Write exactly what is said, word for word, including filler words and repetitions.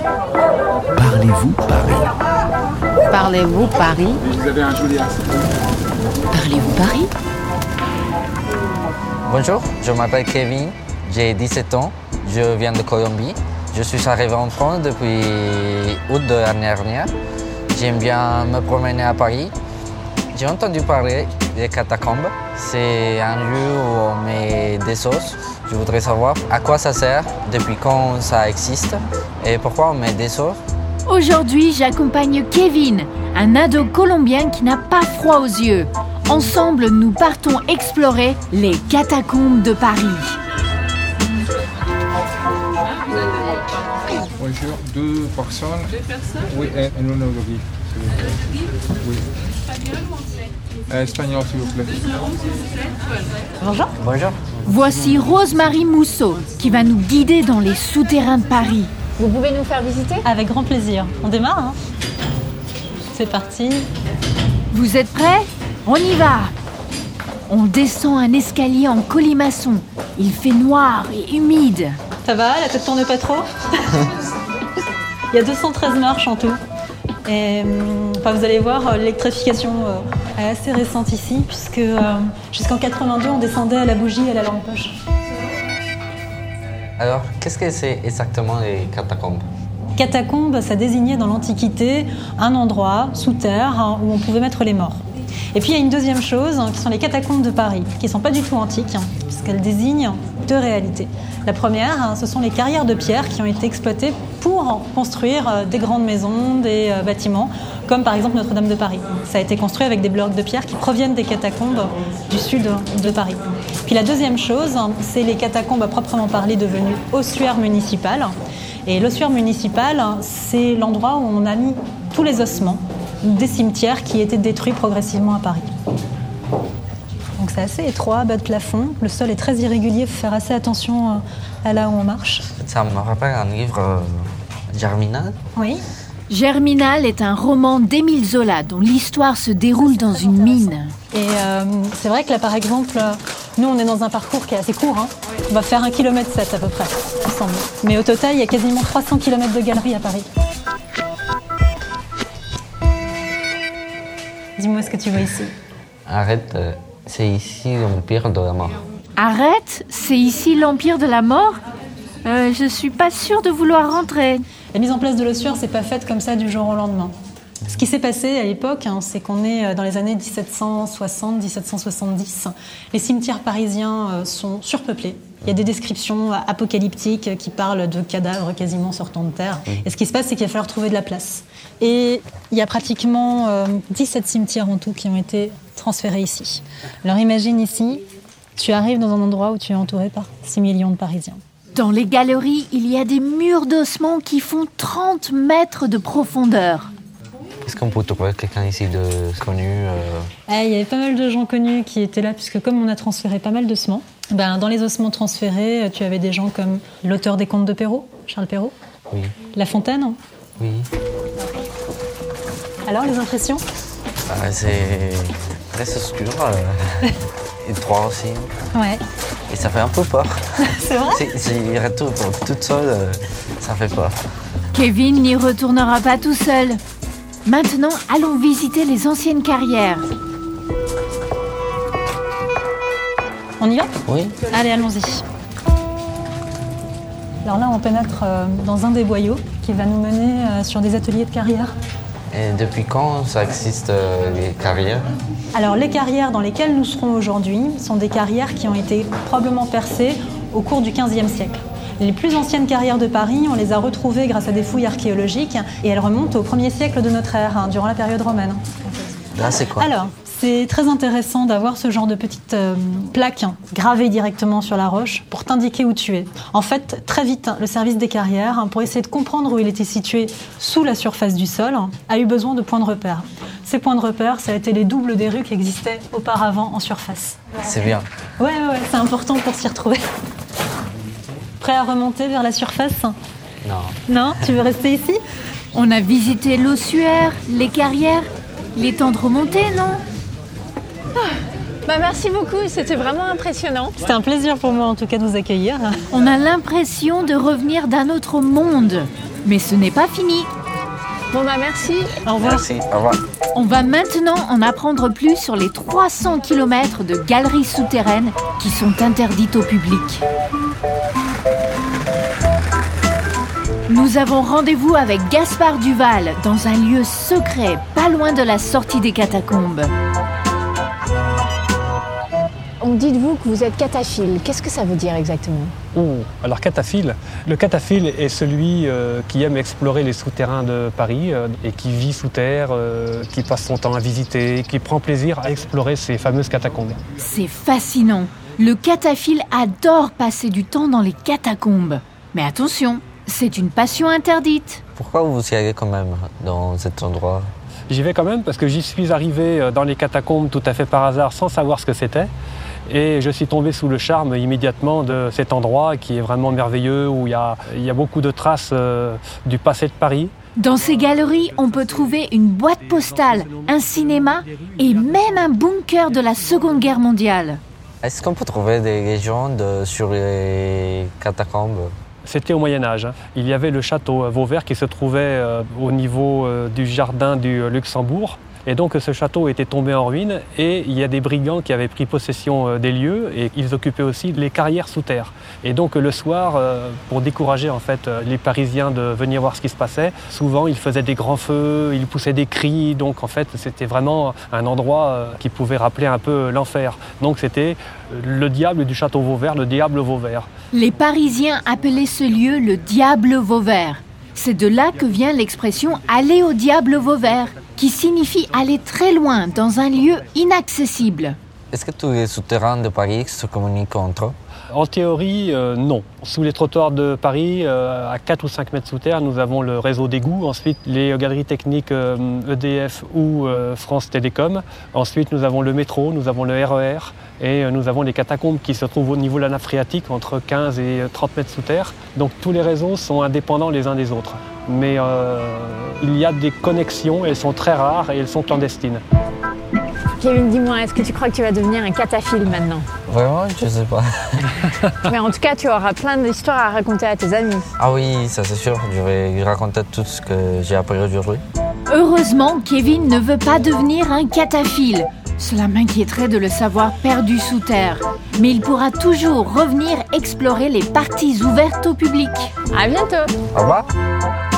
Parlez-vous Paris? Parlez-vous Paris? Vous avez un joli accent. Parlez-vous Paris? Bonjour, je m'appelle Kevin, j'ai dix-sept ans, je viens de Colombie. Je suis arrivé en France depuis août de l'année dernière. J'aime bien me promener à Paris. J'ai entendu parler des catacombes. C'est un lieu où on met des os. Je voudrais savoir à quoi ça sert, depuis quand ça existe et pourquoi on met des os. Aujourd'hui, j'accompagne Kevin, un ado colombien qui n'a pas froid aux yeux. Ensemble, nous partons explorer les catacombes de Paris. Bonjour, deux personnes. Deux personnes? Oui, et un olive. Oui. Espagnol ou anglais? euh, Espagnol, s'il vous plaît. Bonjour. Bonjour. Voici Rosemary Mousseau qui va nous guider dans les souterrains de Paris. Vous pouvez nous faire visiter? Avec grand plaisir. On démarre, hein? C'est parti. Vous êtes prêts? On y va! On descend un escalier en colimaçon. Il fait noir et humide. Ça va? La tête tourne pas trop? Il y a deux cent treize marches en tout. Et enfin, vous allez voir, l'électrification euh, est assez récente ici, puisque euh, jusqu'en quatre-vingt-deux, on descendait à la bougie et à la lampe poche. Alors, qu'est-ce que c'est exactement les catacombes? Catacombes, ça désignait dans l'Antiquité un endroit sous terre hein, où on pouvait mettre les morts. Et puis il y a une deuxième chose, hein, qui sont les catacombes de Paris, qui ne sont pas du tout antiques, hein, puisqu'elles désignent deux réalités. La première, hein, ce sont les carrières de pierre qui ont été exploitées pour construire euh, des grandes maisons, des euh, bâtiments, comme par exemple Notre-Dame de Paris. Ça a été construit avec des blocs de pierre qui proviennent des catacombes du sud de Paris. Puis la deuxième chose, hein, c'est les catacombes à proprement parler devenues ossuaires municipales. Et l'ossuaire municipal, c'est l'endroit où on a mis tous les ossements des cimetières qui étaient détruits progressivement à Paris. Donc c'est assez étroit, bas de plafond, le sol est très irrégulier, il faut faire assez attention à là où on marche. Ça me rappelle un livre euh, Germinal. Oui. Germinal est un roman d'Émile Zola dont l'histoire se déroule dans une mine. Et euh, c'est vrai que là par exemple, nous on est dans un parcours qui est assez court, hein. On va faire un kilomètre sept à peu près, ensemble. Mais au total, il y a quasiment trois cents kilomètres de galeries à Paris. Dis-moi ce que tu vois ici. Arrête, euh, c'est ici l'Empire de la mort. Arrête, c'est ici l'Empire de la mort? euh, Je suis pas sûre de vouloir rentrer. La mise en place de l'ossuaire, c'est pas faite comme ça du jour au lendemain. Ce qui s'est passé à l'époque, hein, c'est qu'on est dans les années dix-sept cent soixante, dix-sept cent soixante-dix. Les cimetières parisiens euh, sont surpeuplés. Il y a des descriptions apocalyptiques qui parlent de cadavres quasiment sortant de terre. Et ce qui se passe, c'est qu'il va falloir trouver de la place. Et il y a pratiquement euh, dix-sept cimetières en tout qui ont été transférés ici. Alors imagine ici, tu arrives dans un endroit où tu es entouré par six millions de Parisiens. Dans les galeries, il y a des murs d'ossements qui font trente mètres de profondeur. Est-ce qu'on peut trouver quelqu'un ici de connu euh... eh, Il y avait pas mal de gens connus qui étaient là, puisque comme on a transféré pas mal d'ossements, ben, dans les ossements transférés, tu avais des gens comme l'auteur des Contes de Perrault, Charles Perrault. Oui. La Fontaine. Oui. Alors, les impressions? euh, C'est très obscur. Euh... Et droit aussi. Ouais. Et ça fait un peu peur. C'est vrai? J'y retourne toute seule, euh, ça fait peur. Kevin n'y retournera pas tout seul. Maintenant, allons visiter les anciennes carrières. On y va? Oui. Allez, allons-y. Alors là, on pénètre euh, dans un des boyaux qui va nous mener euh, sur des ateliers de carrière. Et depuis quand ça existe, euh, les carrières? Alors, les carrières dans lesquelles nous serons aujourd'hui sont des carrières qui ont été probablement percées au cours du quinzième siècle. Les plus anciennes carrières de Paris, on les a retrouvées grâce à des fouilles archéologiques et elles remontent au premier siècle de notre ère, hein, durant la période romaine. Là, c'est quoi? Alors, c'est très intéressant d'avoir ce genre de petites euh, plaques hein, gravées directement sur la roche pour t'indiquer où tu es. En fait, très vite, le service des carrières, hein, pour essayer de comprendre où il était situé sous la surface du sol, hein, a eu besoin de points de repère. Ces points de repère, ça a été les doubles des rues qui existaient auparavant en surface. C'est bien. Ouais, ouais, ouais, c'est important pour s'y retrouver. Prêt à remonter vers la surface? Non. Non? Tu veux rester ici? On a visité l'ossuaire, les carrières. Il est temps de remonter, non? Ah, bah merci beaucoup, c'était vraiment impressionnant. C'était un plaisir pour moi en tout cas de vous accueillir. On a l'impression de revenir d'un autre monde. Mais ce n'est pas fini. Bon bah merci. Au revoir. Merci, au revoir. On va maintenant en apprendre plus sur les trois cents kilomètres de galeries souterraines qui sont interdites au public. Nous avons rendez-vous avec Gaspard Duval dans un lieu secret, pas loin de la sortie des catacombes. On dit de vous que vous êtes cataphile. Qu'est-ce que ça veut dire exactement? Oh, alors cataphile. Le cataphile est celui euh, qui aime explorer les souterrains de Paris euh, et qui vit sous terre, euh, qui passe son temps à visiter, qui prend plaisir à explorer ces fameuses catacombes. C'est fascinant. Le cataphile adore passer du temps dans les catacombes. Mais attention, c'est une passion interdite. Pourquoi vous y allez quand même dans cet endroit? J'y vais quand même parce que j'y suis arrivé dans les catacombes tout à fait par hasard sans savoir ce que c'était. Et je suis tombé sous le charme immédiatement de cet endroit qui est vraiment merveilleux, où il y a, il y a beaucoup de traces euh, du passé de Paris. Dans ces galeries, on peut trouver une boîte postale, un cinéma et même un bunker de la Seconde Guerre mondiale. Est-ce qu'on peut trouver des légendes sur les catacombes? C'était au Moyen-Âge. Il y avait le château Vauvert qui se trouvait euh, au niveau euh, du jardin du Luxembourg. Et donc ce château était tombé en ruine et il y a des brigands qui avaient pris possession des lieux et ils occupaient aussi les carrières sous terre. Et donc le soir, pour décourager en fait les Parisiens de venir voir ce qui se passait, souvent ils faisaient des grands feux, ils poussaient des cris. Donc en fait c'était vraiment un endroit qui pouvait rappeler un peu l'enfer. Donc c'était le diable du château Vauvert, le diable Vauvert. Les Parisiens appelaient ce lieu le diable Vauvert. C'est de là que vient l'expression « aller au diable Vauvert », qui signifie aller très loin dans un lieu inaccessible. Est-ce que tous les souterrains de Paris se communiquent entre eux? En théorie, euh, non. Sous les trottoirs de Paris, euh, à quatre ou cinq mètres sous terre, nous avons le réseau d'égouts. Ensuite, les galeries techniques euh, E D F ou euh, France Télécom. Ensuite, nous avons le métro, nous avons le R E R et euh, nous avons les catacombes qui se trouvent au niveau de la nappe phréatique, entre quinze et trente mètres sous terre. Donc tous les réseaux sont indépendants les uns des autres. Mais euh, il y a des connexions, elles sont très rares et elles sont clandestines. Kevin, dis-moi, est-ce que tu crois que tu vas devenir un cataphile maintenant? Vraiment, je sais pas. Mais en tout cas, tu auras plein d'histoires à raconter à tes amis. Ah oui, ça c'est sûr, je vais lui raconter tout ce que j'ai appris aujourd'hui. Heureusement, Kevin ne veut pas devenir un cataphile. Cela m'inquiéterait de le savoir perdu sous terre. Mais il pourra toujours revenir explorer les parties ouvertes au public. À bientôt. Au revoir.